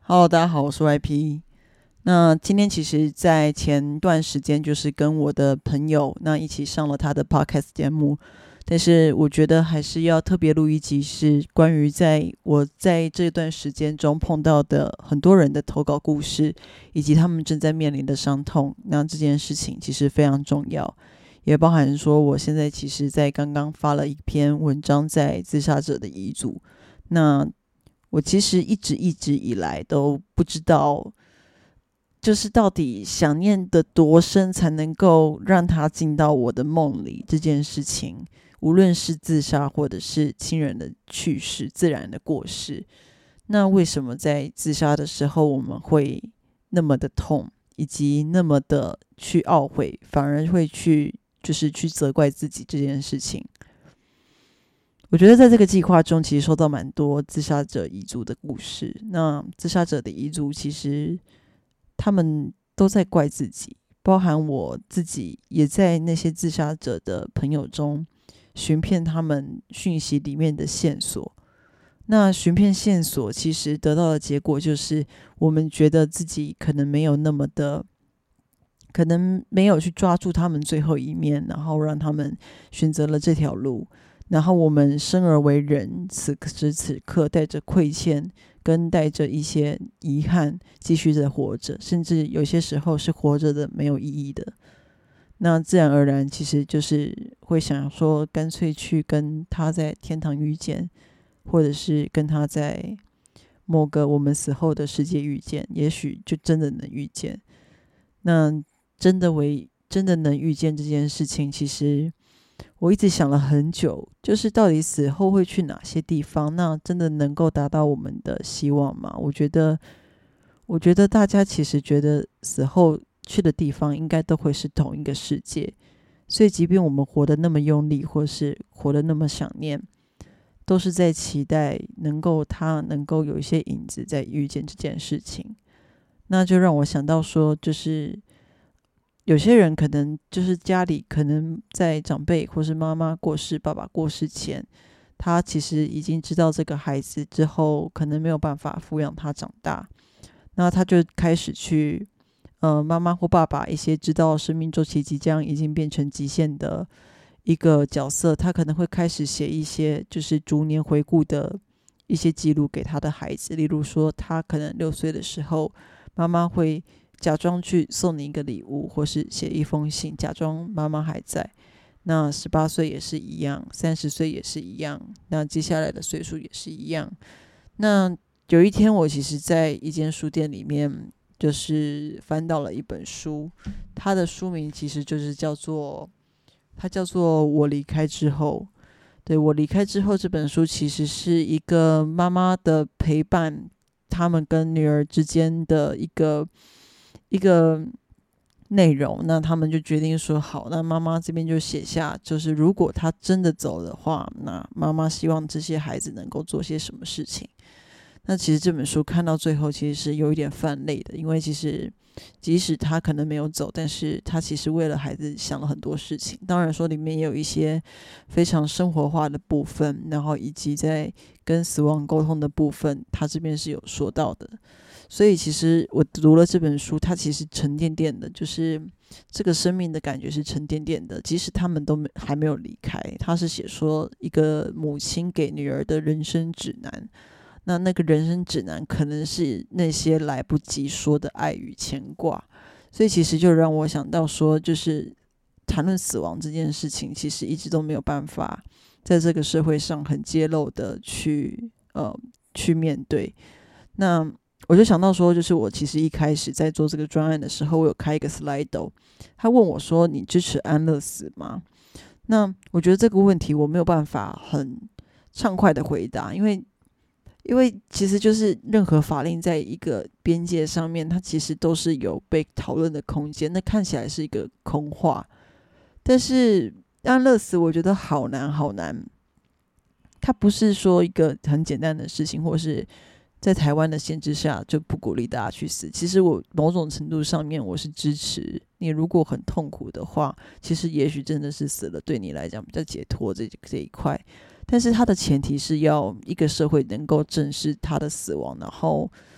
Hello，大家好，我是 YP。那今天其实在前段时间就是跟我的朋友一起上了他的 podcast 节目，但是我觉得还是要特别录一集，是关于我在这段时间中碰到的很多人的投稿故事，以及他们正在面临的伤痛。那这件事情其实非常重要，也包含说我现在其实在刚刚发了一篇文章在自杀者的遗嘱。那我其实一直以来都不知道，就是到底想念的多深才能够让他进到我的梦里这件事情，无论是自杀或者是亲人的去世、自然的过世，那为什么在自杀的时候我们会那么的痛，以及那么的去懊悔，反而会去责怪自己这件事情？我觉得在这个计划中，其实收到蛮多自杀者遗族的故事。那自杀者的遗族，其实他们都在怪自己，包含我自己，也在那些自杀者的朋友中寻遍他们讯息里面的线索。那寻遍线索，其实得到的结果就是，我们觉得自己可能没有那么的，可能没有去抓住他们最后一面，然后让他们选择了这条路。然后我们生而为人，此时此刻带着亏欠跟带着一些遗憾继续的活着，甚至有些时候是活着的没有意义的。那自然而然其实就是会想说，干脆去跟他在天堂遇见，或者是跟他在某个我们死后的世界遇见，也许就真的能遇见。那真的能遇见这件事情，其实我一直想了很久，就是到底死后会去哪些地方？那真的能够达到我们的希望吗？我觉得大家其实觉得死后去的地方应该都会是同一个世界，所以即便我们活得那么用力，或是活得那么想念，都是在期待他能够有一些影子在遇见这件事情。那就让我想到说，就是有些人可能就是家里可能在长辈或是妈妈过世、爸爸过世前，他其实已经知道这个孩子之后可能没有办法抚养他长大，那他就开始去妈妈或爸爸一些知道生命周期即将已经变成极限的一个角色，他可能会开始写一些就是逐年回顾的一些记录给他的孩子。例如说他可能6岁的时候，妈妈会假装去送你一个礼物，或是写一封信，假装妈妈还在。那18岁也是一样，30岁也是一样，那接下来的岁数也是一样。那有一天我其实在一间书店里面就是翻到了一本书，它的书名其实就是叫做我离开之后。对，我离开之后这本书其实是一个妈妈的陪伴，他们跟女儿之间的一个内容。那他们就决定说好，那妈妈这边就写下，就是如果她真的走的话，那妈妈希望这些孩子能够做些什么事情。那其实这本书看到最后其实是有一点泛泪的，因为其实即使他可能没有走，但是他其实为了孩子想了很多事情。当然说里面也有一些非常生活化的部分，然后以及在跟死亡沟通的部分，他这边是有说到的。所以其实我读了这本书，它其实沉甸甸的，就是这个生命的感觉是沉甸甸的，即使他们还没有离开。他是写说一个母亲给女儿的人生指南，那个人生指南可能是那些来不及说的爱与牵挂。所以其实就让我想到说，就是谈论死亡这件事情，其实一直都没有办法在这个社会上很揭露的去面对。那我就想到说，就是我其实一开始在做这个专案的时候，我有开一个 Slido， 他问我说你支持安乐死吗？那我觉得这个问题我没有办法很畅快的回答，因为其实就是任何法令在一个边界上面，它其实都是有被讨论的空间，那看起来是一个空话。但是安乐死我觉得好难好难，它不是说一个很简单的事情，或是在台湾的限制下就不鼓励大家去死。其实我某种程度上面我是支持你，如果很痛苦的话，其实也许真的是死了对你来讲比较解脱这一块。但是它的前提是要一个社会能够正视他的死亡，然后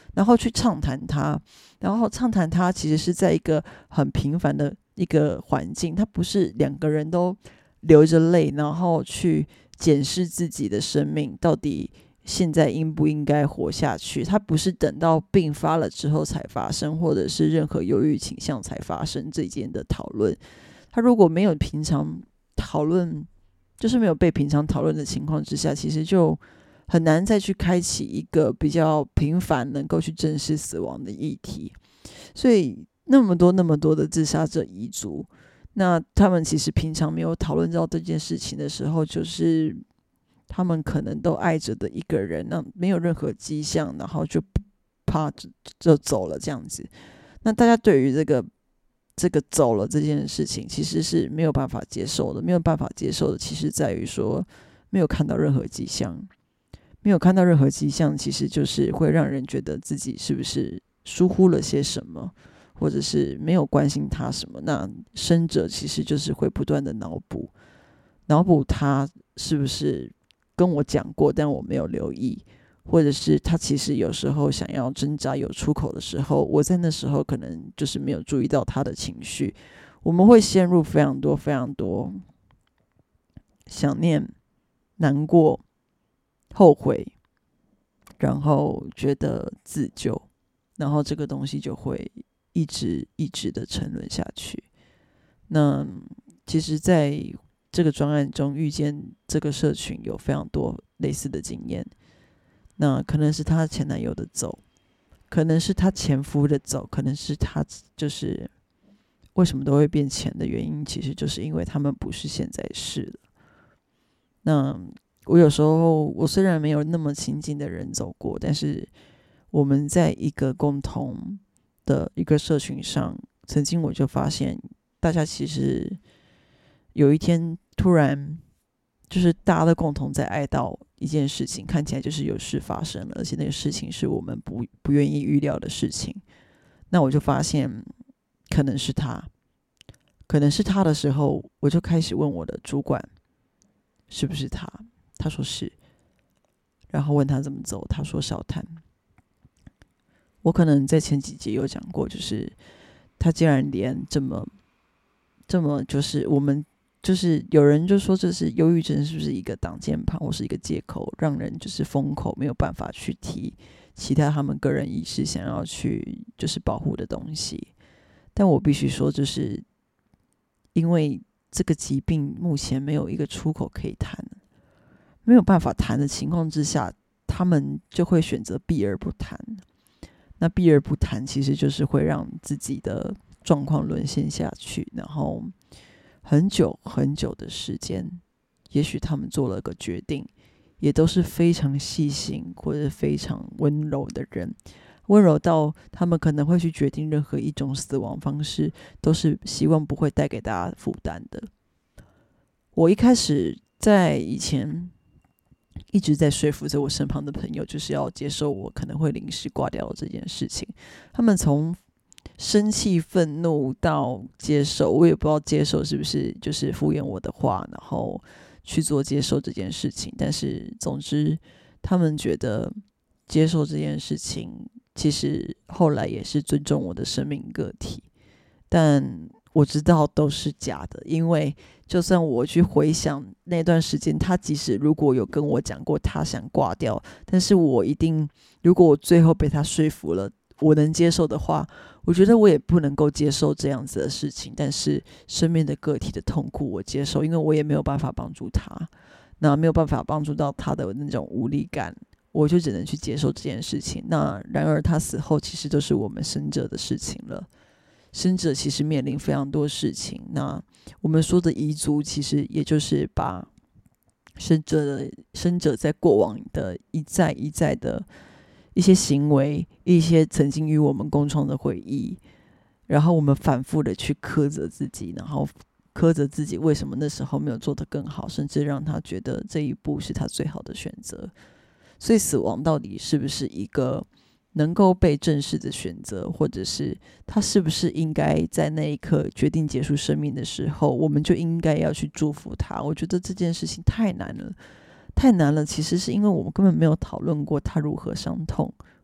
然后去畅谈它，然后畅谈它其实是在一个很平凡的一个环境，它不是两个人都流着泪，然后去检视自己的生命到底现在应不应该活下去，它不是等到病发了之后才发生，或者是任何忧郁倾向才发生这件的讨论。它如果没有平常讨论，就是没有被平常讨论的情况之下，其实就很难再去开启一个比较频繁能够去正视死亡的议题。所以那么多的自杀者遗族，那他们其实平常没有讨论到这件事情的时候，就是他们可能都爱着的一个人，那没有任何迹象，然后就啪就走了这样子。那大家对于这个走了这件事情其实是没有办法接受的，没有办法接受的其实在于说没有看到任何迹象，没有看到任何迹象，其实就是会让人觉得自己是不是疏忽了些什么，或者是没有关心他什么。那生者其实就是会不断的脑补他是不是跟我讲过但我没有留意，或者是他其实有时候想要挣扎有出口的时候，我在那时候可能就是没有注意到他的情绪。我们会陷入非常多想念、难过、后悔，然后觉得自救，然后这个东西就会一直的沉沦下去。那其实在这个专案中遇见这个社群有非常多类似的经验，那可能是她前男友的走，可能是她前夫的走，可能是她就是为什么都会变钱的原因，其实就是因为他们不是现在式了。那我有时候我虽然没有那么亲近的人走过，但是我们在一个共同的一个社群上，曾经我就发现大家其实有一天突然就是大家都共同在哀悼一件事情，看起来就是有事发生了，而且那个事情是我们不愿意预料的事情。那我就发现可能是他的时候，我就开始问我的主管是不是他，他说是，然后问他怎么走，他说少谈。我可能在前几集有讲过，就是他竟然连这么就是我们就是有人就说这是忧郁症是不是一个挡箭牌或是一个借口，让人就是封口，没有办法去提其他他们个人意识想要去就是保护的东西。但我必须说，就是因为这个疾病目前没有一个出口可以谈，没有办法谈的情况之下，他们就会选择避而不谈。那避而不谈其实就是会让自己的状况沦陷下去，然后很久的时间，也许他们做了个决定，也都是非常细心或者非常温柔的人，温柔到他们可能会去决定任何一种死亡方式，都是希望不会带给大家负担的。我一开始在以前一直在说服着我身旁的朋友，就是要接受我可能会临时挂掉这件事情。他们从生气愤怒到接受，我也不知道接受是不是就是敷衍我的话，然后去做接受这件事情。但是总之他们觉得接受这件事情其实后来也是尊重我的生命个体，但我知道都是假的。因为就算我去回想那段时间，他即使如果有跟我讲过他想挂掉，但是我一定，如果我最后被他说服了我能接受的话，我觉得我也不能够接受这样子的事情。但是生命的个体的痛苦我接受，因为我也没有办法帮助他，那没有办法帮助到他的那种无力感，我就只能去接受这件事情。那然而他死后其实都是我们生者的事情了，生者其实面临非常多事情。那我们说的遗族其实也就是把生者在过往的一再的一些行为，一些曾经与我们共创的回忆，然后我们反复的去苛责自己，然后苛责自己为什么那时候没有做得更好，甚至让他觉得这一步是他最好的选择。所以死亡到底是不是一个能够被正视的选择，或者是他是不是应该在那一刻决定结束生命的时候，我们就应该要去祝福他？我觉得这件事情太难了。其实是因为我们根本没有讨论过他如何伤痛，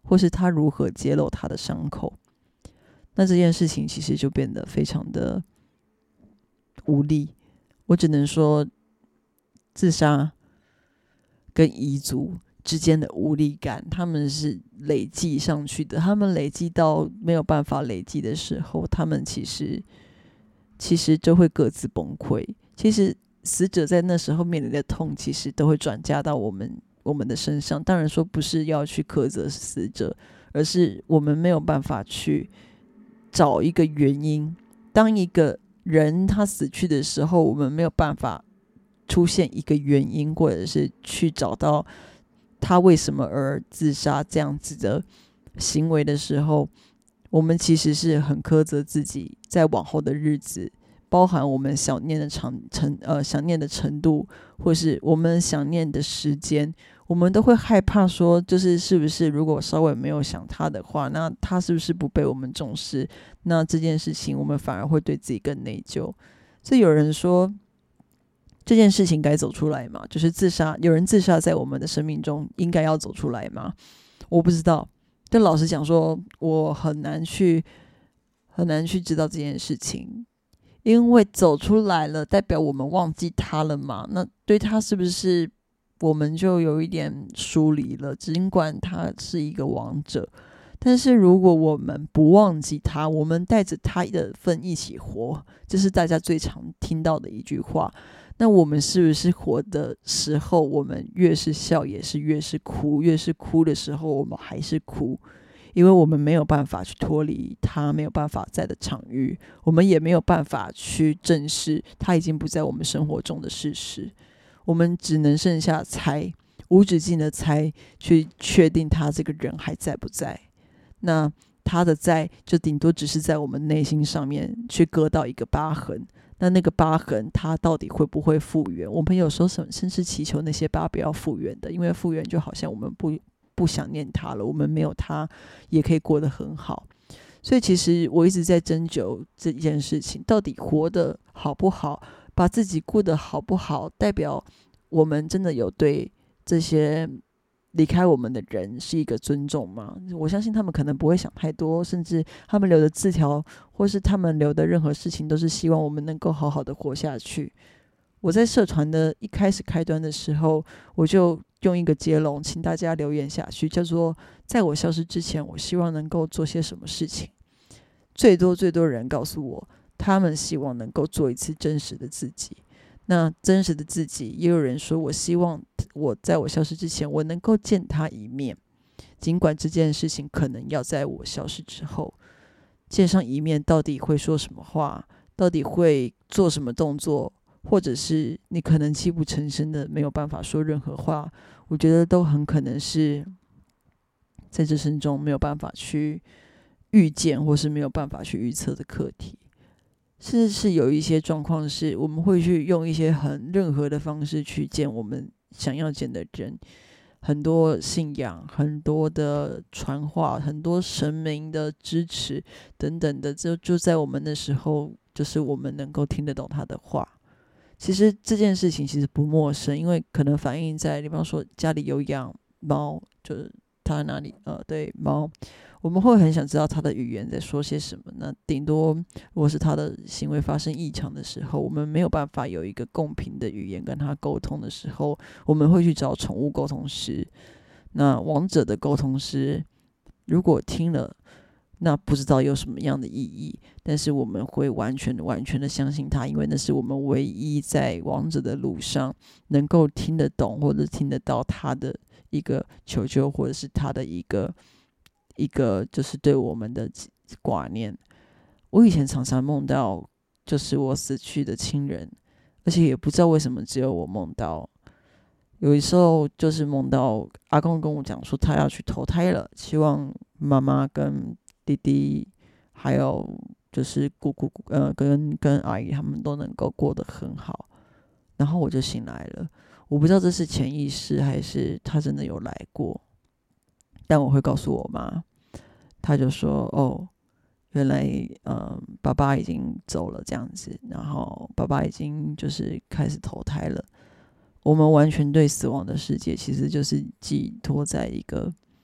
或是他如何揭露他的伤口。那这件事情其实就变得非常的无力。我只能说，自杀跟遗族之间的无力感，他们是累积上去的。他们累积到没有办法累积的时候，他们其实就会各自崩溃。其实死者在那时候面临的痛，其实都会转嫁到我们的身上。当然说不是要去苛责死者，而是我们没有办法去找一个原因。当一个人他死去的时候，我们没有办法出现一个原因，或者是去找到他为什么而自杀这样子的行为的时候，我们其实是很苛责自己在往后的日子，包含我们想念的想念的程度，或是我们想念的时间，我们都会害怕说，是不是如果稍微没有想他的话，那他是不是不被我们重视？那这件事情我们反而会对自己更内疚。所以有人说，这件事情该走出来吗？就是有人自杀在我们的生命中应该要走出来吗？我不知道。但老实讲说，我很难去知道这件事情，因为走出来了，代表我们忘记他了嘛？那对他是不是我们就有一点疏离了？尽管他是一个亡者，但是如果我们不忘记他，我们带着他的份一起活，这是大家最常听到的一句话。那我们是不是活的时候，我们越是笑也是越是哭，越是哭的时候我们还是哭，因为我们没有办法去脱离他没有办法在的场域，我们也没有办法去正视他已经不在我们生活中的事实，我们只能剩下猜，无止境的猜，去确定他这个人还在不在。那他的在就顶多只是在我们内心上面去割到一个疤痕，那个疤痕它到底会不会复原？我们有时候甚至祈求那些疤不要复原的，因为复原就好像我们不想念他了，我们没有他也可以过得很好。所以其实我一直在斟酌这件事情，到底活得好不好，把自己过得好不好，代表我们真的有对这些离开我们的人是一个尊重吗？我相信他们可能不会想太多，甚至他们留的字条或是他们留的任何事情都是希望我们能够好好的活下去。我在社团的一开始开端的时候，我就用一个接龙请大家留言下去，叫做在我消失之前我希望能够做些什么事情。最多人告诉我他们希望能够做一次真实的自己。那真实的自己，也有人说我希望我在我消失之前我能够见他一面，尽管这件事情可能要在我消失之后。见上一面到底会说什么话，到底会做什么动作，或者是你可能泣不成声的没有办法说任何话，我觉得都很可能是在这生中没有办法去预见，或是没有办法去预测的课题。甚至是有一些状况是我们会去用一些任何的方式去见我们想要见的人，很多信仰，很多的传话，很多神明的支持等等的，就在我们的时候，就是我们能够听得懂他的话。其实这件事情其实不陌生，因为可能反映在比方说家里有养猫，就是他哪里对猫，我们会很想知道他的语言在说些什么。那顶多如果是他的行为发生异常的时候，我们没有办法有一个公平的语言跟他沟通的时候，我们会去找宠物沟通师。那亡者的沟通师如果听了，那不知道有什么样的意义，但是我们会完全的相信他，因为那是我们唯一在亡者的路上能够听得懂或者听得到他的一个求救，或者是他的一个就是对我们的挂念。我以前常常梦到就是我死去的亲人，而且也不知道为什么只有我梦到。有时候就是梦到阿公跟我讲说他要去投胎了，希望妈妈跟弟弟还有就是姑姑跟阿姨他们都能够过得很好。然后我就醒来了，我不知道这是潜意识还是他真的有来过，但我会告诉我妈，她就说原来爸爸已经走了这样子，然后爸爸已经就是开始投胎了。我们完全对死亡的世界其实就是寄托在一个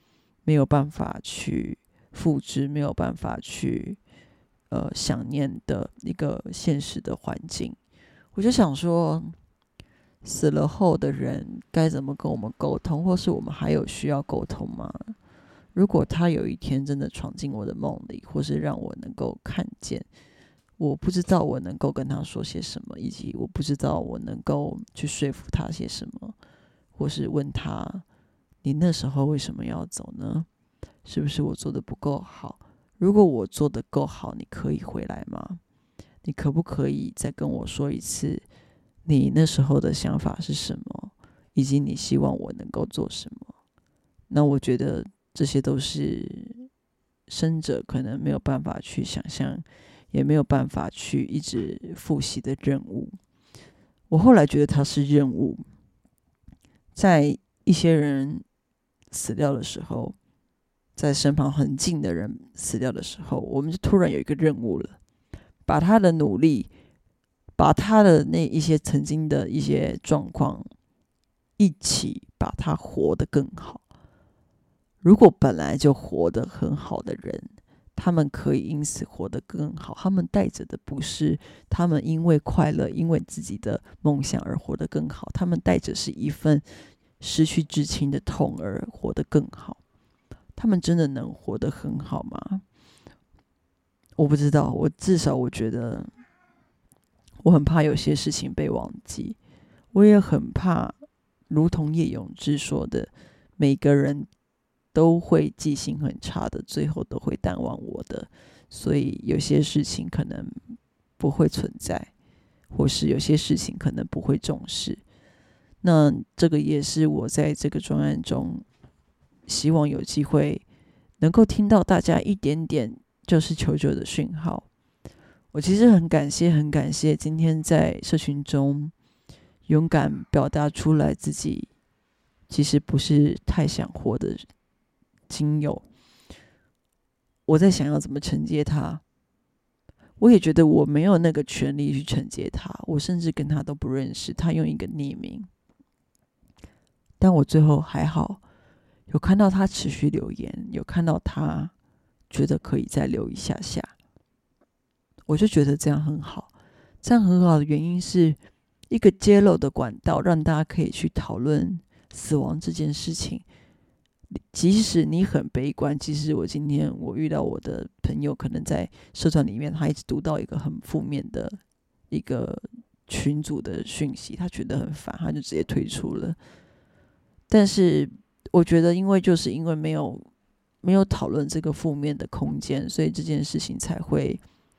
没有办法去复制，没有办法去想念的一个现实的环境。我就想说，死了后的人该怎么跟我们沟通，或是我们还有需要沟通吗？如果他有一天真的闯进我的梦里，或是让我能够看见，我不知道我能够跟他说些什么，以及我不知道我能够去说服他些什么，或是问他，你那时候为什么要走呢？是不是我做的不够好？如果我做的够好，你可以回来吗？你可不可以再跟我说一次，你那时候的想法是什么，以及你希望我能够做什么？那我觉得这些都是生者可能没有办法去想象，也没有办法去一直复习的任务。我后来觉得它是任务，在一些人死掉的时候，在身旁很近的人死掉的时候，我们就突然有一个任务了，把他的努力，把他的那一些曾经的一些状况，一起把他活得更好。如果本来就活得很好的人，他们可以因此活得更好，他们带着的不是他们因为快乐，因为自己的梦想而活得更好，他们带着是一份失去至亲的痛而活得更好。他们真的能活得很好吗？我不知道，至少我觉得我很怕有些事情被忘记，我也很怕如同叶永志说的，每个人都会记性很差的，最后都会淡忘我的，所以有些事情可能不会存在，或是有些事情可能不会重视。那这个也是我在这个专案中希望有机会能够听到大家一点点就是求救的讯号。我其实很感谢今天在社群中勇敢表达出来自己其实不是太想活的亲友。我在想要怎么承接他，我也觉得我没有那个权利去承接他，我甚至跟他都不认识，他用一个匿名，但我最后还好有看到他持续留言，有看到他觉得可以再留一下下，我就觉得这样很好。这样很好的原因是一个揭露的管道，让大家可以去讨论死亡这件事情。即使你很悲观，即使今天我遇到我的朋友可能在社团里面，他一直读到一个很负面的一个群组的讯息，他觉得很烦，他就直接退出了。但是我觉得因为没有讨论这个负面的空间，所以这件事情才会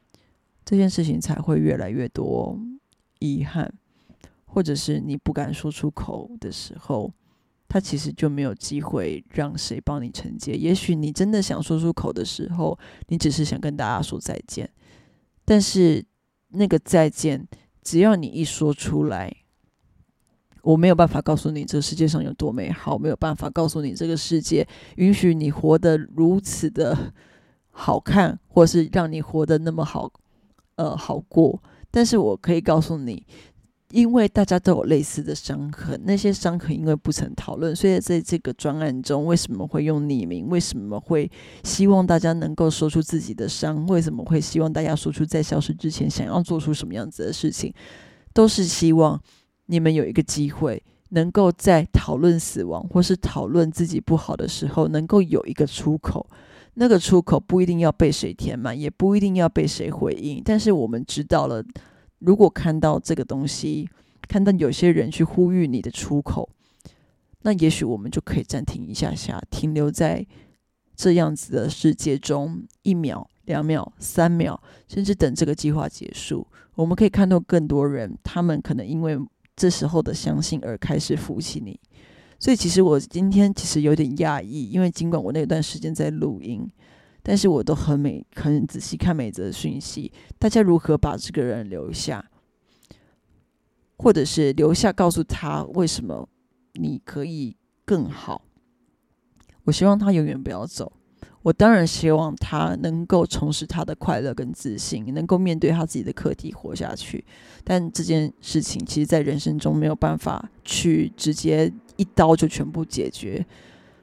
越来越多遗憾，或者是你不敢说出口的时候，他其实就没有机会让谁帮你承接。也许你真的想说出口的时候，你只是想跟大家说再见，但是那个再见，只要你一说出来，我没有办法告诉你这个世界上有多美好，没有办法告诉你这个世界允许你活得如此的好看，或是让你活得那么好过。但是我可以告诉你，因为大家都有类似的伤痕，那些伤痕因为不曾讨论，所以在这个专案中，为什么会用匿名？为什么会希望大家能够说出自己的伤？为什么会希望大家说出在消失之前想要做出什么样子的事情？都是希望你们有一个机会，能够在讨论死亡或是讨论自己不好的时候，能够有一个出口。那个出口不一定要被谁填满，也不一定要被谁回应，但是我们知道了，如果看到这个东西，看到有些人去呼吁你的出口，那也许我们就可以暂停一下下，停留在这样子的世界中1秒、2秒、3秒，甚至等这个计划结束，我们可以看到更多人，他们可能因为这时候的相信而开始扶起你。所以其实我今天其实有点讶异，因为尽管我那段时间在录音，但是我都很仔细看每则讯息，大家如何把这个人留下，或者是留下告诉他为什么你可以更好。我希望他永远不要走，我当然希望他能够重拾他的快乐跟自信，能够面对他自己的课题活下去。但这件事情其实在人生中没有办法去直接一刀就全部解决，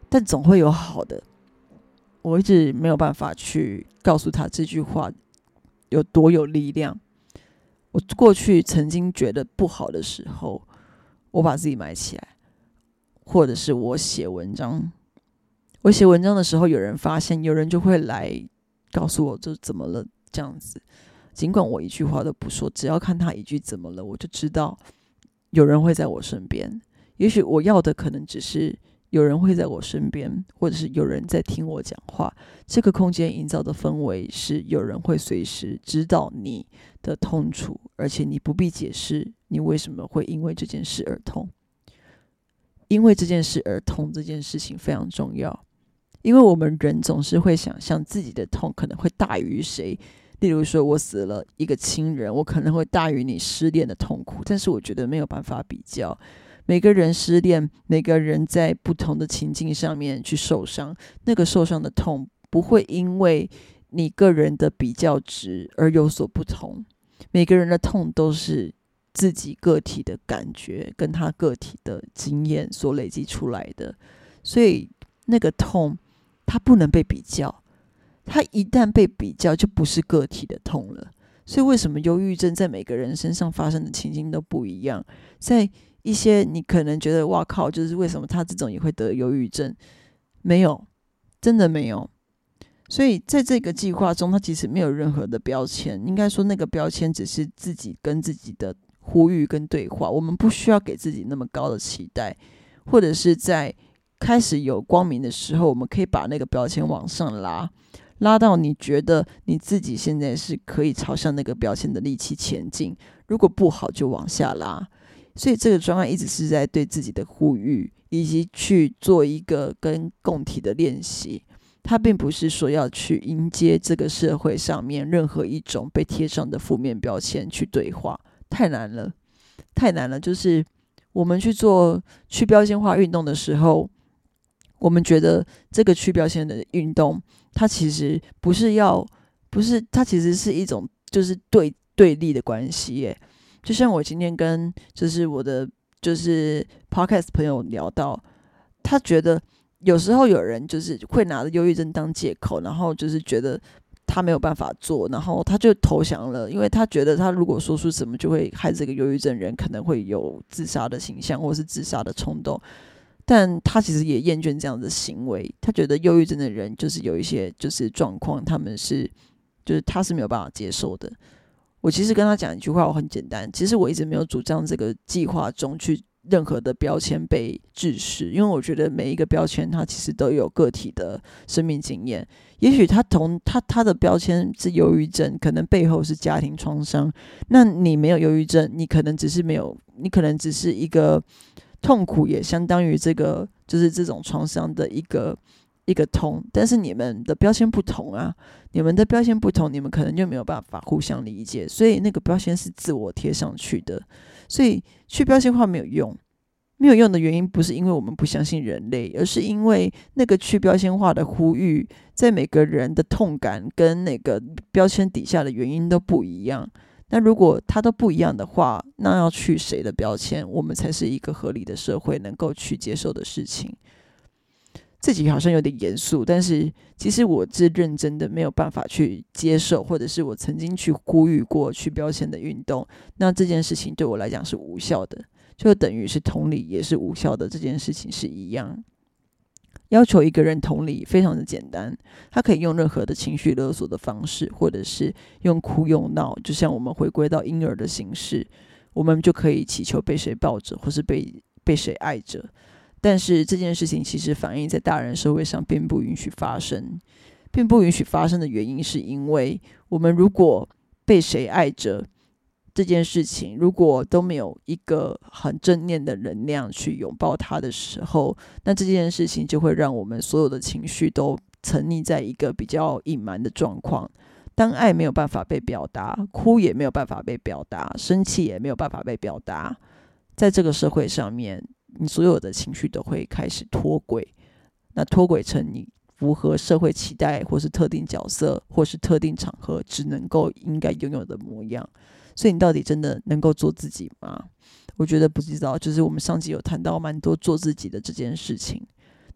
但总会有好的。我一直没有办法去告诉他这句话有多有力量。我过去曾经觉得不好的时候，我把自己埋起来，或者是我写文章。我写文章的时候，有人发现，有人就会来告诉我这怎么了这样子。尽管我一句话都不说，只要看他一句怎么了，我就知道有人会在我身边。也许我要的可能只是有人会在我身边，或者是有人在听我讲话。这个空间营造的氛围是有人会随时知道你的痛楚，而且你不必解释你为什么会因为这件事而痛。因为这件事而痛，这件事情非常重要。因为我们人总是会想象自己的痛可能会大于谁，例如说我死了一个亲人，我可能会大于你失恋的痛苦，但是我觉得没有办法比较。每个人失恋，每个人在不同的情境上面去受伤，那个受伤的痛不会因为你个人的比较值而有所不同。每个人的痛都是自己个体的感觉跟他个体的经验所累积出来的，所以那个痛它不能被比较，它一旦被比较就不是个体的痛了。所以为什么忧郁症在每个人身上发生的情境都不一样？在一些你可能觉得哇靠，就是为什么他这种也会得忧郁症？没有，真的没有。所以在这个计划中，它其实没有任何的标签，应该说那个标签只是自己跟自己的呼吁跟对话。我们不需要给自己那么高的期待，或者是在开始有光明的时候，我们可以把那个标签往上拉到你觉得你自己现在是可以朝向那个标签的力气前进，如果不好就往下拉。所以这个专案一直是在对自己的呼吁，以及去做一个跟共体的练习。它并不是说要去迎接这个社会上面任何一种被贴上的负面标签去对话，太难了，太难了。就是我们去做去标签化运动的时候，我们觉得这个去标签的运动，它其实它其实是一种就是对立的关系耶。就像我今天跟就是我的就是 podcast 朋友聊到，他觉得有时候有人就是会拿着忧郁症当借口，然后就是觉得他没有办法做，然后他就投降了，因为他觉得他如果说出什么就会害这个忧郁症人可能会有自杀的倾向或是自杀的冲动。但他其实也厌倦这样的行为，他觉得忧郁症的人就是有一些就是状况，他是没有办法接受的。我其实跟他讲一句话，我很简单，其实我一直没有主张这个计划中去任何的标签被制式，因为我觉得每一个标签它其实都有个体的生命经验。也许他的标签是忧郁症，可能背后是家庭创伤。那你没有忧郁症，你可能只是一个痛苦，也相当于这个就是这种创伤的一个痛，但是你们的标签不同啊，你们的标签不同，你们可能就没有办法互相理解，所以那个标签是自我贴上去的。所以去标签化没有用，没有用的原因不是因为我们不相信人类，而是因为那个去标签化的呼吁，在每个人的痛感跟那个标签底下的原因都不一样。那如果它都不一样的话，那要去谁的标签，我们才是一个合理的社会能够去接受的事情。自己好像有点严肃，但是其实我是认真的没有办法去接受，或者是我曾经去呼吁过去标签的运动，那这件事情对我来讲是无效的，就等于是同理也是无效的，这件事情是一样。要求一个人同理非常的简单，他可以用任何的情绪勒索的方式，或者是用哭用闹，就像我们回归到婴儿的形式，我们就可以祈求被谁抱着，或是被谁爱着。但是这件事情其实反映在大人社会上并不允许发生，并不允许发生的原因是因为我们如果被谁爱着这件事情，如果都没有一个很正念的能量去拥抱它的时候，那这件事情就会让我们所有的情绪都沉溺在一个比较隐瞒的状况。当爱没有办法被表达，哭也没有办法被表达，生气也没有办法被表达，在这个社会上面你所有的情绪都会开始脱轨，那脱轨成你符合社会期待或是特定角色或是特定场合只能够应该拥有的模样。所以你到底真的能够做自己吗？我觉得不知道，就是我们上集有谈到蛮多做自己的这件事情。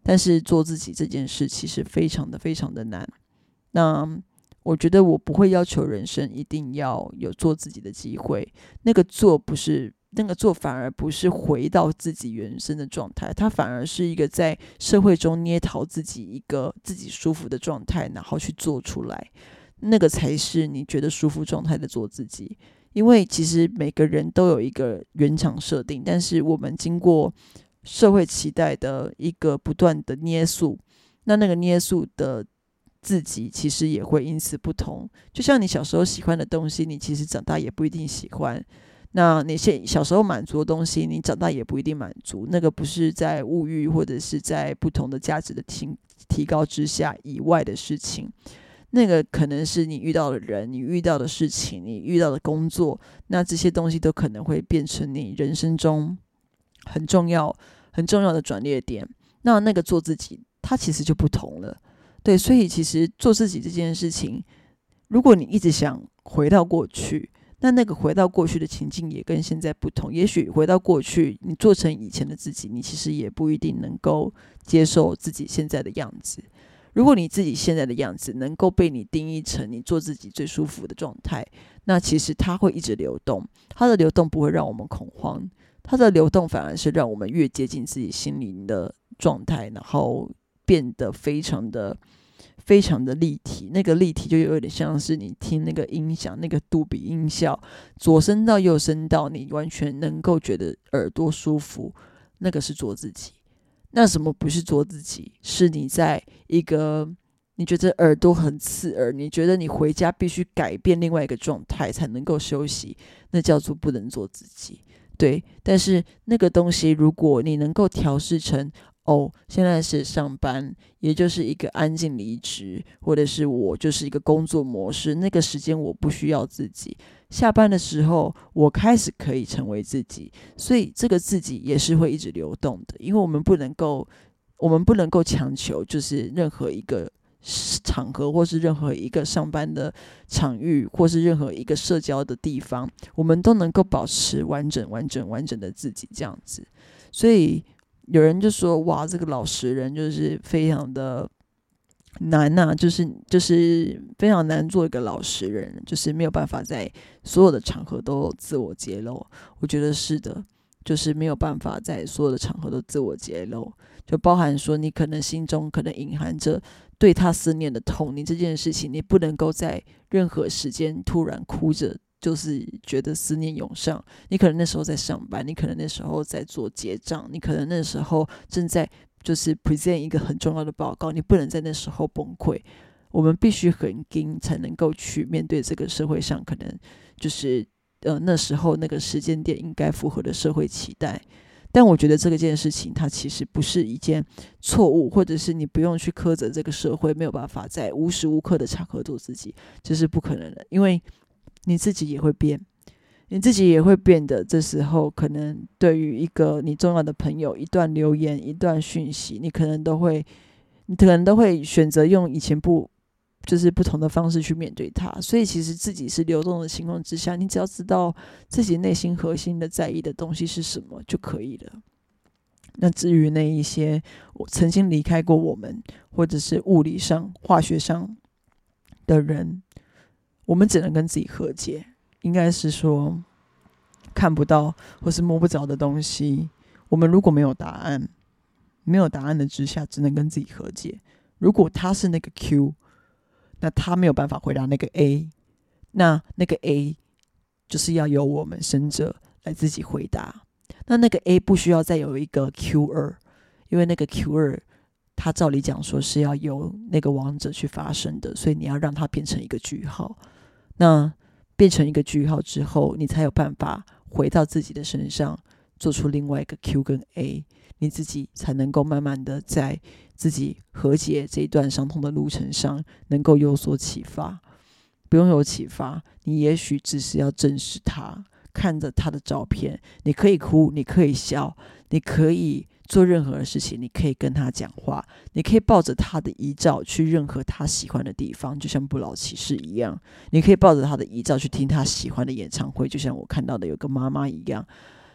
但是做自己这件事其实非常的非常的难。那我觉得我不会要求人生一定要有做自己的机会，那个做反而不是回到自己原生的状态，它反而是一个在社会中捏陶自己一个自己舒服的状态，然后去做出来，那个才是你觉得舒服状态的做自己。因为其实每个人都有一个原厂设定，但是我们经过社会期待的一个不断的捏塑，那个捏塑的自己其实也会因此不同。就像你小时候喜欢的东西，你其实长大也不一定喜欢，那你小时候满足的东西，你长大也不一定满足。那个不是在物欲或者是在不同的价值的提高之下以外的事情，那个可能是你遇到的人，你遇到的事情，你遇到的工作，那这些东西都可能会变成你人生中很重要的转捩点。那个做自己它其实就不同了。对，所以其实做自己这件事情，如果你一直想回到过去，那个回到过去的情境也跟现在不同。也许回到过去，你做成以前的自己，你其实也不一定能够接受自己现在的样子。如果你自己现在的样子能够被你定义成你做自己最舒服的状态，那其实它会一直流动，它的流动不会让我们恐慌，它的流动反而是让我们越接近自己心灵的状态，然后变得非常的立体。那个立体就有点像是你听那个音响，那个杜比音效，左声道右声道，你完全能够觉得耳朵舒服，那个是做自己。那什么不是做自己？是你在一个你觉得耳朵很刺耳，你觉得你回家必须改变另外一个状态才能够休息，那叫做不能做自己。对，但是那个东西如果你能够调试成现在是上班，也就是一个安静离职，或者是我就是一个工作模式，那个时间我不需要自己，下班的时候我开始可以成为自己。所以这个自己也是会一直流动的，因为我们不能够强求，就是任何一个场合或是任何一个上班的场域或是任何一个社交的地方，我们都能够保持完整的自己这样子。所以有人就说，哇，这个老实人就是非常的难啊，就是非常难做一个老实人，就是没有办法在所有的场合都自我揭露。我觉得是的，就是没有办法在所有的场合都自我揭露，就包含说你可能心中可能隐含着对他思念的痛，你这件事情你不能够在任何时间突然哭着，就是觉得思念涌上。你可能那时候在上班，你可能那时候在做结账，你可能那时候正在就是 present 一个很重要的报告，你不能在那时候崩溃。我们必须很硬才能够去面对这个社会上可能就是那时候那个时间点应该符合的社会期待。但我觉得这件事情它其实不是一件错误，或者是你不用去苛责这个社会没有办法在无时无刻的场合做自己，这是不可能的。因为你自己也会变，你自己也会变的。这时候可能对于一个你重要的朋友一段留言一段讯息，你可能都会选择用以前不同的方式去面对它。所以其实自己是流动的情况之下，你只要知道自己内心核心的在意的东西是什么就可以了。那至于那一些我曾经离开过我们，或者是物理上化学上的人，我们只能跟自己和解。应该是说看不到或是摸不着的东西，我们如果没有答案的之下，只能跟自己和解。如果他是那个 Q， 那他没有办法回答那个 A， 那个 A 就是要由我们生者来自己回答。那个 A 不需要再有一个 Q2， 因为那个 Q2 他照理讲说是要由那个王者去发生的，所以你要让它变成一个句号。那变成一个句号之后，你才有办法回到自己的身上，做出另外一个 Q 跟 A， 你自己才能够慢慢的在自己和解这一段伤痛的路程上能够有所启发。不用有启发，你也许只是要正视它，看着他的照片，你可以哭，你可以笑，你可以做任何的事情，你可以跟他讲话，你可以抱着他的遗照去任何他喜欢的地方，就像不老骑士一样，你可以抱着他的遗照去听他喜欢的演唱会，就像我看到的有个妈妈一样。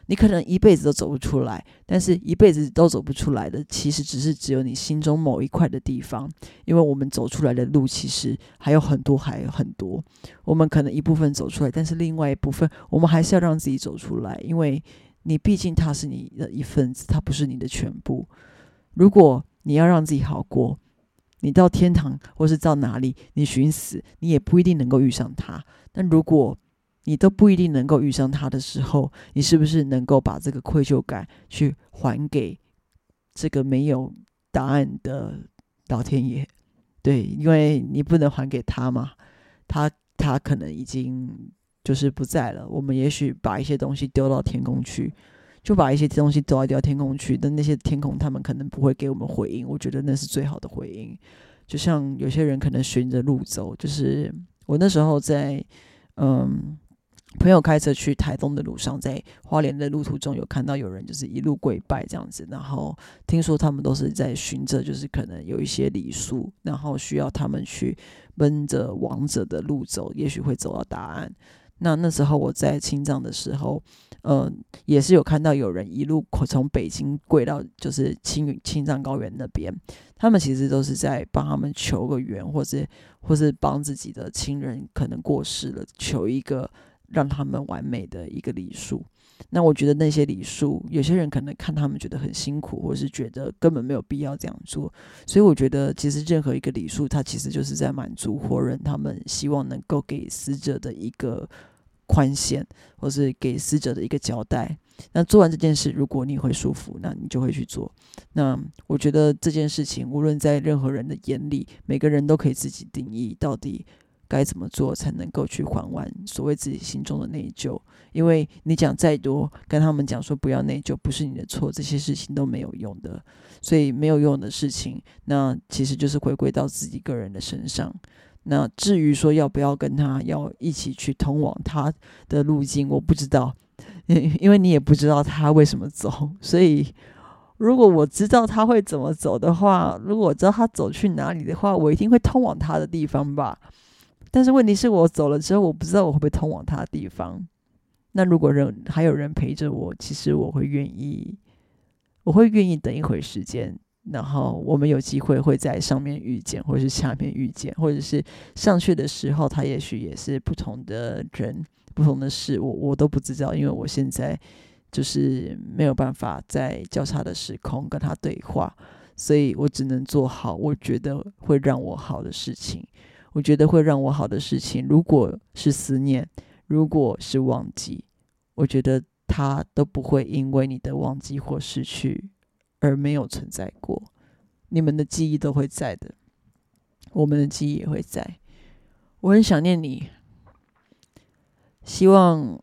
你可能一辈子都走不出来，但是一辈子都走不出来的，其实只有你心中某一块的地方。因为我们走出来的路其实还有很多，我们可能一部分走出来，但是另外一部分我们还是要让自己走出来，因为你毕竟他是你的一份子，他不是你的全部。如果你要让自己好过，你到天堂或是到哪里，你寻死，你也不一定能够遇上他。但如果你都不一定能够遇上他的时候，你是不是能够把这个愧疚感去还给这个没有答案的老天爷？对，因为你不能还给他嘛，他可能已经就是不在了。我们也许把一些东西丢到天空去，就把一些东西丢到天空去，但那些天空他们可能不会给我们回应，我觉得那是最好的回应。就像有些人可能循着路走，就是我那时候在朋友开车去台东的路上，在花莲的路途中有看到有人就是一路跪拜这样子，然后听说他们都是在循着就是可能有一些礼数，然后需要他们去奔着王者的路走，也许会走到答案。那时候我在青藏的时候，也是有看到有人一路从北京跪到就是青藏高原那边，他们其实都是在帮他们求个缘，或是帮自己的亲人可能过世了，求一个让他们完美的一个礼数。那我觉得那些礼数，有些人可能看他们觉得很辛苦，或是觉得根本没有必要这样做。所以我觉得其实任何一个礼数，它其实就是在满足活人他们希望能够给死者的一个宽限，或是给死者的一个交代。那做完这件事，如果你会舒服，那你就会去做。那我觉得这件事情无论在任何人的眼里，每个人都可以自己定义到底该怎么做才能够去还完所谓自己心中的内疚。因为你讲再多，跟他们讲说不要内疚，不是你的错，这些事情都没有用的。所以没有用的事情，那其实就是回归到自己个人的身上。那至于说要不要跟他要一起去通往他的路径，我不知道，因为你也不知道他为什么走。所以如果我知道他会怎么走的话，如果我知道他走去哪里的话，我一定会通往他的地方吧。但是问题是我走了之后，我不知道我会不会通往他的地方。那如果还有人陪着我，其实我会愿意等一会时间，然后我们有机会会在上面遇见，或者是下面遇见，或者是上去的时候他也许也是不同的人不同的事，我都不知道。因为我现在就是没有办法在交叉的时空跟他对话，所以我只能做好我觉得会让我好的事情。我觉得会让我好的事情，如果是思念，如果是忘记，我觉得它都不会因为你的忘记或失去而没有存在过。你们的记忆都会在的，我们的记忆也会在。我很想念你，希望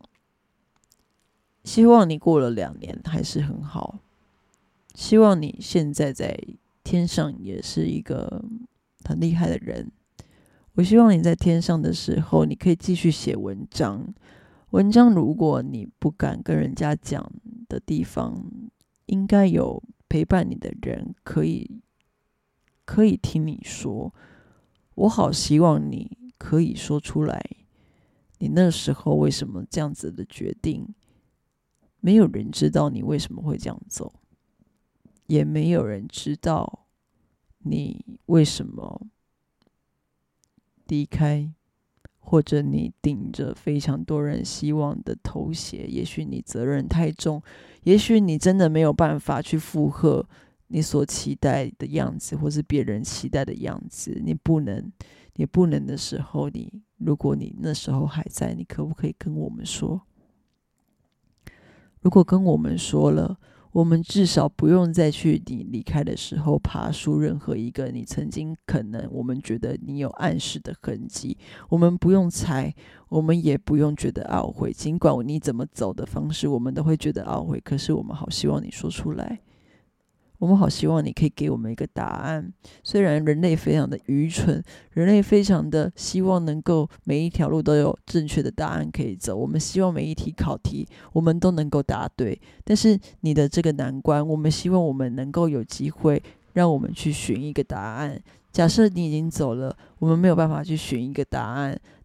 你过了2年还是很好，希望你现在在天上也是一个很厉害的人。我希望你在天上的时候，你可以继续写文章。如果你不敢跟人家讲的地方，应该有陪伴你的人可以听你说。我好希望你可以说出来，你那时候为什么这样子的决定。没有人知道你为什么会这样走，也没有人知道你为什么离开，或者你顶着非常多人希望的头衔，也许你责任太重，也许你真的没有办法去负荷你所期待的样子，或是别人期待的样子。你不能的时候，如果你那时候还在，你可不可以跟我们说？如果跟我们说了，我们至少不用再去你离开的时候爬出任何一个你曾经可能我们觉得你有暗示的痕迹。我们不用猜，我们也不用觉得懊悔。尽管你怎么走的方式我们都会觉得懊悔，可是我们好希望你说出来，我们好希望你可以给我们一个答案。虽然人类非常的愚蠢，人类非常的希望能够每一条路都有正确的答案可以走，我们希望每一题考题我们都能够答对。但是你的这个难关，我们希望我们能够有机会让我们去寻一个答案。假设你已经走了，我们没有办法去寻一个答案，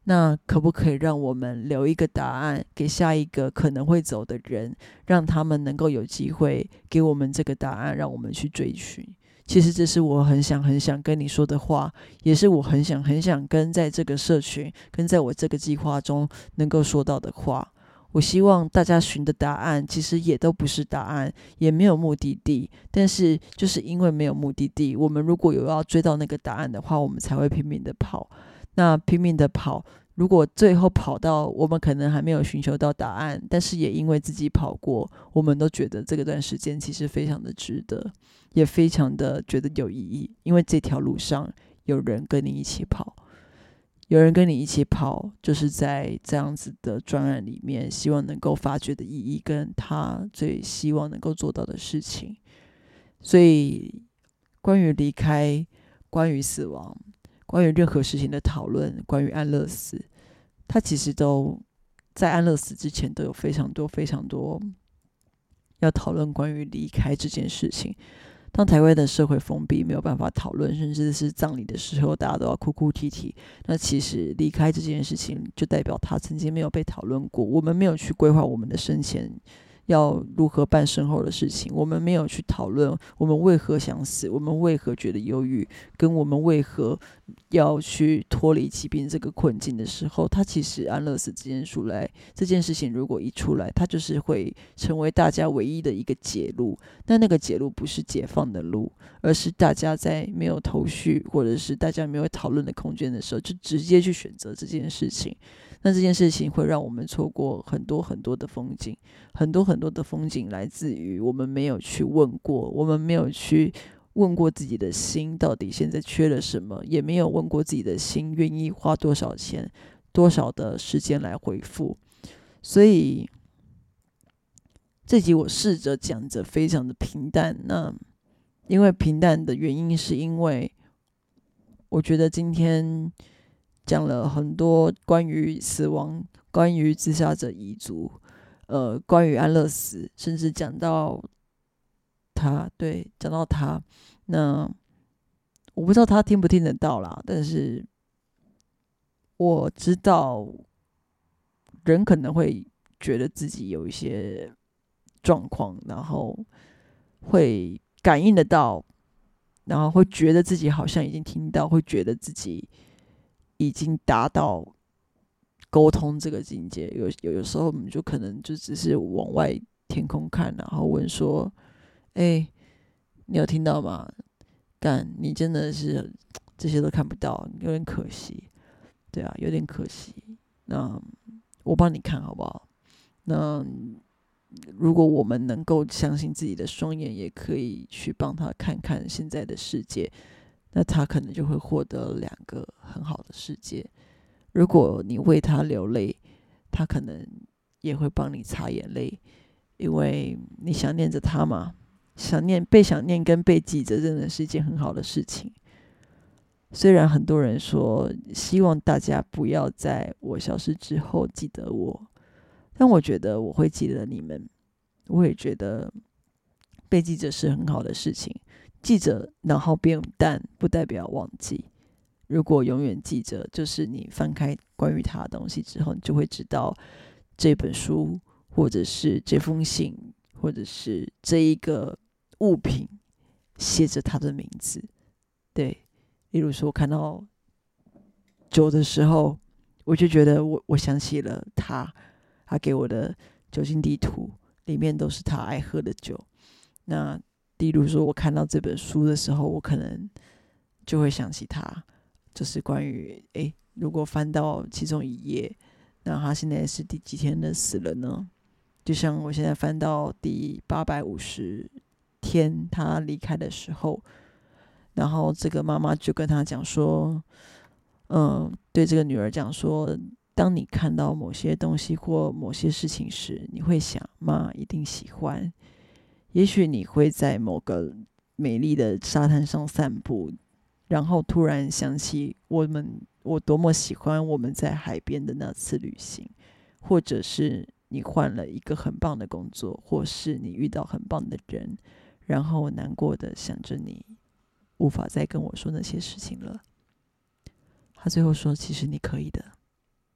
那可不可以让我们留一个答案给下一个可能会走的人，让他们能够有机会给我们这个答案，让我们去追寻。其实这是我很想跟你说的话，也是我很想跟在这个社群跟在我这个计划中能够说到的话。我希望大家寻的答案其实也都不是答案，也没有目的地，但是就是因为没有目的地，我们如果有要追到那个答案的话，我们才会拼命的跑。那拼命的跑，如果最后跑到我们可能还没有寻求到答案，但是也因为自己跑过，我们都觉得这个段时间其实非常的值得，也非常的觉得有意义，因为这条路上有人跟你一起跑。有人跟你一起跑，就是在这样子的专案里面，希望能够发掘的意义跟他最希望能够做到的事情。所以关于离开，关于死亡，关于任何事情的讨论，关于安乐死，他其实都在安乐死之前都有非常多要讨论关于离开这件事情。当台湾的社会封闭，没有办法讨论，甚至是葬礼的时候大家都要哭哭啼啼，那其实离开这件事情就代表他曾经没有被讨论过，我们没有去规划我们的生前要如何办身后的事情，我们没有去讨论我们为何想死，我们为何觉得忧郁，跟我们为何要去脱离疾病这个困境的时候，他其实安乐死这件事情如果一出来，它就是会成为大家唯一的一个解路。但那个解路不是解放的路，而是大家在没有头绪或者是大家没有讨论的空间的时候，就直接去选择这件事情。那这件事情会让我们错过很多的风景，很多的风景来自于我们没有去问过，我们没有去问过自己的心到底现在缺了什么，也没有问过自己的心愿意花多少钱、多少的时间来回复。所以这集我试着讲着非常的平淡，那因为平淡的原因是因为我觉得今天讲了很多关于死亡，关于自杀者遗族，关于安乐死，甚至讲到他，那我不知道他听不听得到啦，但是我知道人可能会觉得自己有一些状况，然后会感应得到，然后会觉得自己好像已经听到，会觉得自己已经达到沟通这个境界。有时候我们就可能就只是往外天空看，然后问说：“你有听到吗？干，你真的是这些都看不到，有点可惜。”对啊，有点可惜。那我帮你看好不好？那如果我们能够相信自己的双眼，也可以去帮他看看现在的世界，那他可能就会获得2个很好的世界。如果你为他流泪，他可能也会帮你擦眼泪，因为你想念着他嘛。被想念跟被记着真的是一件很好的事情。虽然很多人说希望大家不要在我消失之后记得我，但我觉得我会记得你们。我也觉得被记着是很好的事情，记着然后变淡不代表忘记。如果永远记着，就是你翻开关于他的东西之后，你就会知道这本书或者是这封信或者是这一个物品写着他的名字。对，例如说我看到酒的时候，我就觉得我想起了他给我的酒精地图，里面都是他爱喝的酒。那例如说我看到这本书的时候，我可能就会想起他，就是关于如果翻到其中一页，那他现在是第几天的死了呢？就像我现在翻到第850天他离开的时候，然后这个妈妈就跟他讲说，对这个女儿讲说，当你看到某些东西或某些事情时，你会想，妈一定喜欢。也许你会在某个美丽的沙滩上散步，然后突然想起我多么喜欢我们在海边的那次旅行，或者是你换了一个很棒的工作，或是你遇到很棒的人，然后难过的想着你无法再跟我说那些事情了。他最后说，其实你可以的，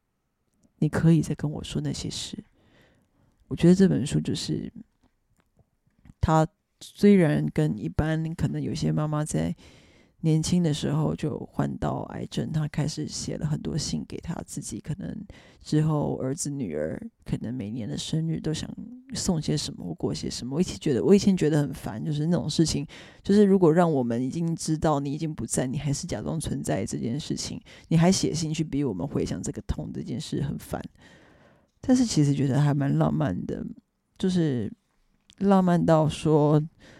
你可以再跟我说那些事。我觉得这本书就是他虽然跟一般可能有些妈妈在年轻的时候就患到癌症，他开始写了很多信给他自己，可能之后儿子女儿可能每年的生日都想送些什么或过些什么。我以前觉得很烦，就是那种事情，就是如果让我们已经知道你已经不在，你还是假装存在这件事情，你还写信去逼我们回想这个痛，这件事很烦。但是其实觉得还蛮浪漫的，就是浪漫到说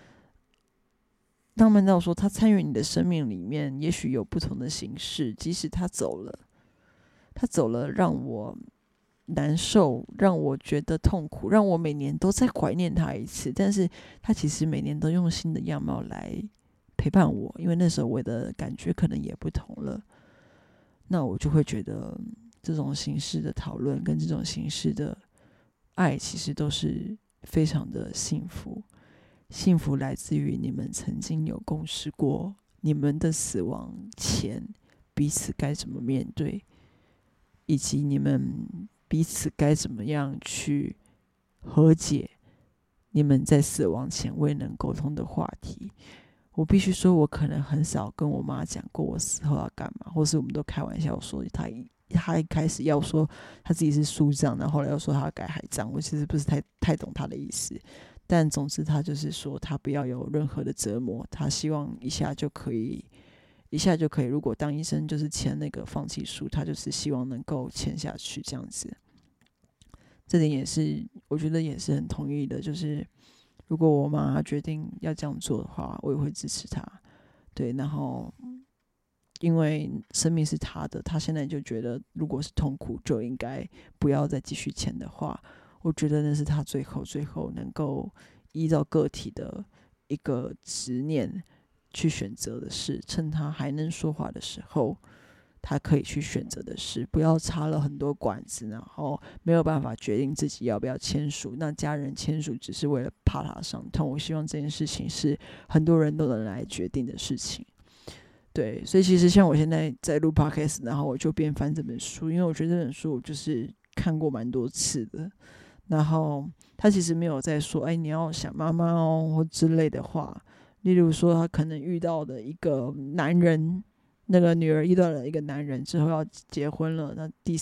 他参与你的生命里面，也许有不同的形式，即使他走了让我难受，让我觉得痛苦，让我每年都在怀念他一次，但是他其实每年都用新的样貌来陪伴我，因为那时候我的感觉可能也不同了。那我就会觉得这种形式的讨论跟这种形式的爱其实都是非常的幸福。幸福来自于你们曾经有共识过你们的死亡前彼此该怎么面对，以及你们彼此该怎么样去和解你们在死亡前未能沟通的话题。我必须说，我可能很少跟我妈讲过我死后要干嘛，或是我们都开玩笑说他一开始要说他自己是书长，然后后来又说他要改海葬，我其实不是太懂他的意思。但总之他就是说他不要有任何的折磨，他希望一下就可以。如果当医生就是签那个放弃书，他就是希望能够签下去这样子。这点也是我觉得也是很同意的，就是如果我妈决定要这样做的话，我也会支持她。对，然后因为生命是她的，她现在就觉得如果是痛苦就应该不要再继续签的话，我觉得那是她最后能够依照个体的一个执念去选择的事，趁她还能说话的时候他可以去选择的事，不要插了很多管子，然后没有办法决定自己要不要签署。那家人签署只是为了怕他伤痛，我希望这件事情是很多人都能来决定的事情。对，所以其实像我现在在录 podcast， 然后我就边翻这本书，因为我觉得这本书我就是看过蛮多次的。然后他其实没有在说，你要想妈妈哦或之类的话，例如说他可能遇到的一个男人。那个女儿遇到了一个男人之后要结婚了，那第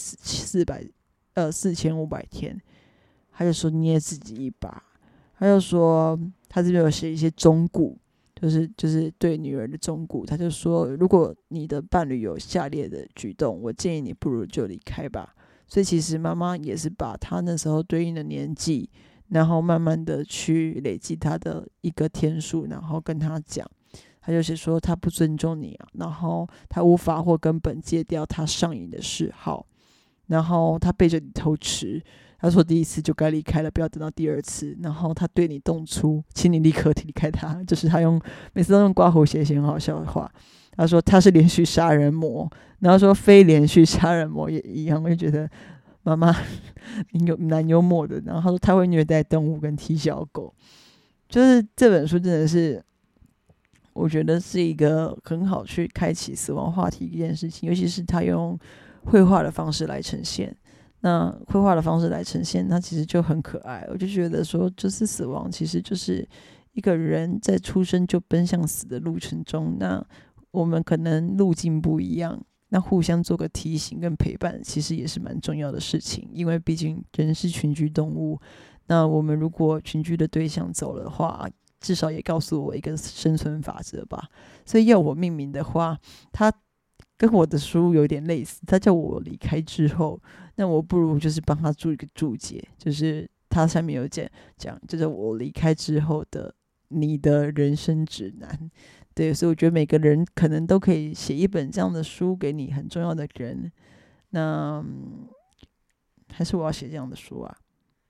4500天，他就说捏自己一把，他就说他这边有写一些忠告，就是对女儿的忠告，他就说如果你的伴侣有下列的举动，我建议你不如就离开吧。所以其实妈妈也是把他那时候对应的年纪，然后慢慢的去累积他的一个天数，然后跟他讲。他就是说他不尊重你啊，然后他无法或根本戒掉他上瘾的嗜好，然后他背着你偷吃，他说第一次就该离开了，不要等到第二次，然后他对你动粗，请你立刻离开他，就是他每次都用刮胡写一些很好笑的话。他说他是连续杀人魔，然后说非连续杀人魔也一样，我就觉得妈妈蛮幽默的。然后他说他会虐待动物跟踢小狗，就是这本书真的是我觉得是一个很好去开启死亡话题一件事情，尤其是他用绘画的方式来呈现。那绘画的方式来呈现，它其实就很可爱。我就觉得说，就是死亡其实就是一个人在出生就奔向死的路程中，那我们可能路径不一样，那互相做个提醒跟陪伴，其实也是蛮重要的事情。因为毕竟人是群居动物，那我们如果群居的对象走了的话，至少也告诉我一个生存法则吧。所以要我命名的话，它跟我的书有点类似，它叫我离开之后，那我不如就是帮他注一个注解，就是它上面有讲就是我离开之后的你的人生指南。对，所以我觉得每个人可能都可以写一本这样的书给你很重要的人。那还是我要写这样的书啊？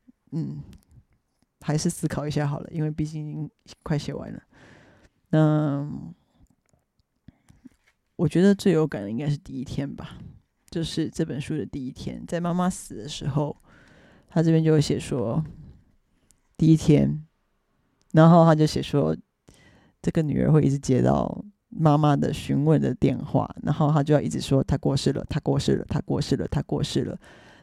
还是思考一下好了，因为毕竟已经快写完了。那我觉得最有感的应该是第一天吧，就是这本书的第一天，在妈妈死的时候，他这边就会写说第一天，然后他就写说这个女儿会一直接到妈妈的询问的电话，然后他就要一直说她过世了，她过世了，她过世了，她过世了。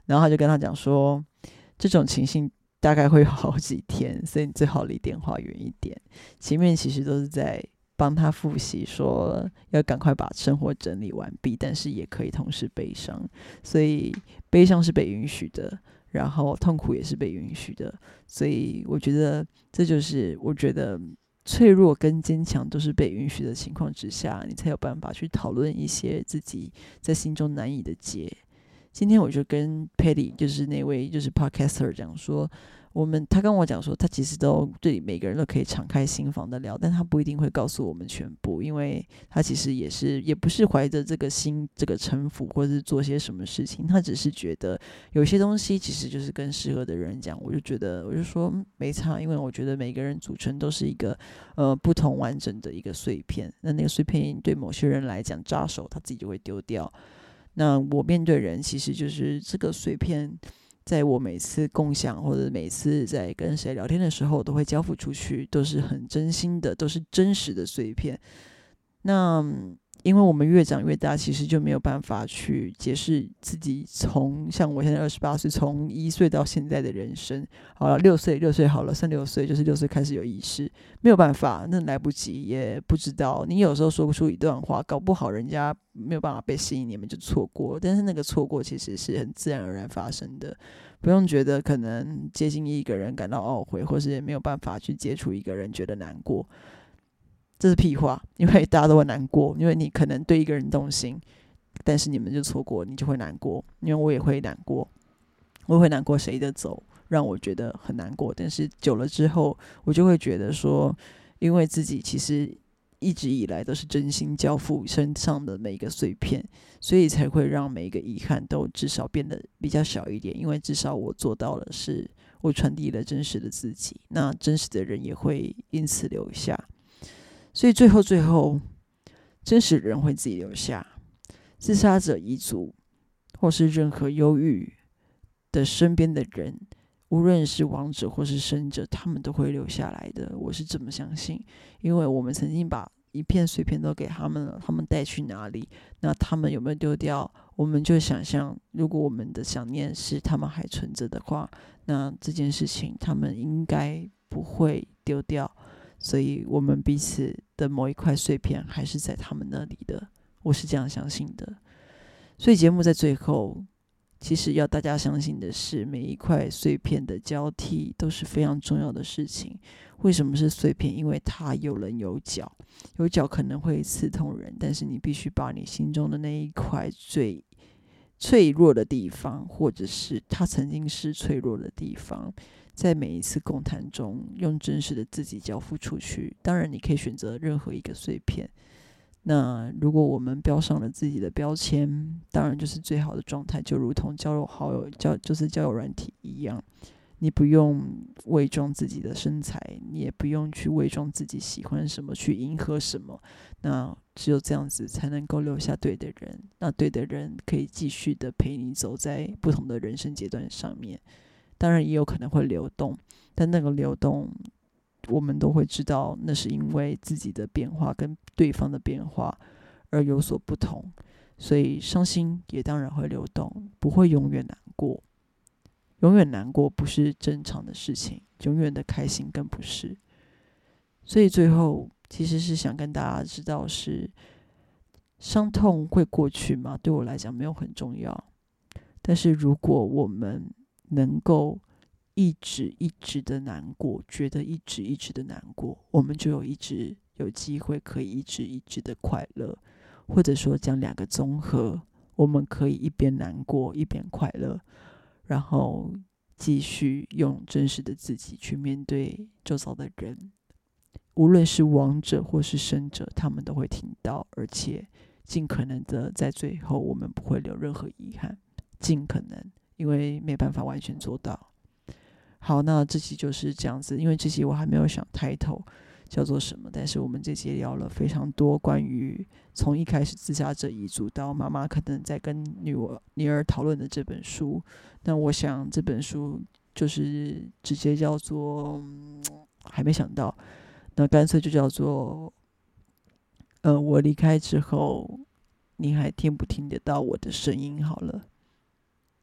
然后他就跟他讲说，这种情形大概会有好几天，所以你最好离电话远一点。前面其实都是在帮他复习说要赶快把生活整理完毕，但是也可以同时悲伤，所以悲伤是被允许的，然后痛苦也是被允许的。所以我觉得这就是我觉得脆弱跟坚强都是被允许的情况之下，你才有办法去讨论一些自己在心中难以的结。今天我就跟 Patty 就是那位就是 podcaster 讲说，他跟我讲说，他其实都对每个人都可以敞开心房的聊，但他不一定会告诉我们全部，因为他其实也不是怀着这个心这个城府或者是做些什么事情，他只是觉得有些东西其实就是跟适合的人讲。我就说没差，因为我觉得每个人组成都是一个不同完整的一个碎片，那个碎片对某些人来讲扎手，他自己就会丢掉。那我面对人其实就是这个碎片，在我每次共享或者每次在跟谁聊天的时候，我都会交付出去，都是很真心的，都是真实的碎片。那因为我们越长越大，其实就没有办法去解释自己像我现在28岁，从1岁到现在的人生。好了，6岁好了，剩6岁，就是6岁开始有意识，没有办法，那来不及，也不知道。你有时候说不出一段话，搞不好人家没有办法被吸引，你们就错过。但是那个错过其实是很自然而然发生的，不用觉得可能接近一个人感到懊悔，或是没有办法去接触一个人觉得难过。这是屁话，因为大家都会难过，因为你可能对一个人动心，但是你们就错过，你就会难过，因为我也会难过，我也会难过谁的走让我觉得很难过，但是久了之后，我就会觉得说，因为自己其实一直以来都是真心交付身上的每一个碎片，所以才会让每一个遗憾都至少变得比较小一点，因为至少我做到了是我传递了真实的自己，那真实的人也会因此留下。所以最后，真实的人会自己留下。自杀者遗族，或是任何忧郁的身边的人，无论是亡者或是生者，他们都会留下来的。我是这么相信，因为我们曾经把一片碎片都给他们了，他们带去哪里？那他们有没有丢掉？我们就想象，如果我们的想念是他们还存着的话，那这件事情他们应该不会丢掉。所以我们彼此的某一块碎片还是在他们那里的，我是这样相信的。所以节目在最后，其实要大家相信的是，每一块碎片的交替都是非常重要的事情。为什么是碎片？因为它有棱有角，有角可能会刺痛人，但是你必须把你心中的那一块最脆弱的地方，或者是它曾经是脆弱的地方，在每一次共谈中用真实的自己交付出去。当然你可以选择任何一个碎片，那如果我们标上了自己的标签，当然就是最好的状态，就如同交友软体一样，你不用伪装自己的身材，你也不用去伪装自己喜欢什么，去迎合什么，那只有这样子才能够留下对的人，那对的人可以继续的陪你走在不同的人生阶段上面。当然也有可能会流动，但那个流动我们都会知道，那是因为自己的变化跟对方的变化而有所不同。所以伤心也当然会流动，不会永远难过。永远难过不是正常的事情，永远的开心更不是。所以最后其实是想跟大家知道是，伤痛会过去吗？对我来讲没有很重要，但是如果我们能够一直的难过，觉得一直的难过，我们就有机会可以一直的快乐，或者说将两个综合，我们可以一边难过一边快乐，然后继续用真实的自己去面对周遭的人，无论是亡者或是生者，他们都会听到，而且尽可能的在最后我们不会留任何遗憾，尽可能，因为没办法完全做到。好，那这期就是这样子，因为这期我还没有想title叫做什么，但是我们这期聊了非常多关于从一开始自杀者遗族到妈妈可能在跟女儿讨论的这本书。那我想这本书就是直接叫做还没想到，那干脆就叫做我离开之后你还听不听得到我的声音好了。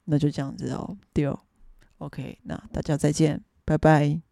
那就这样子哦，对哦，OK，那大家再见，拜拜。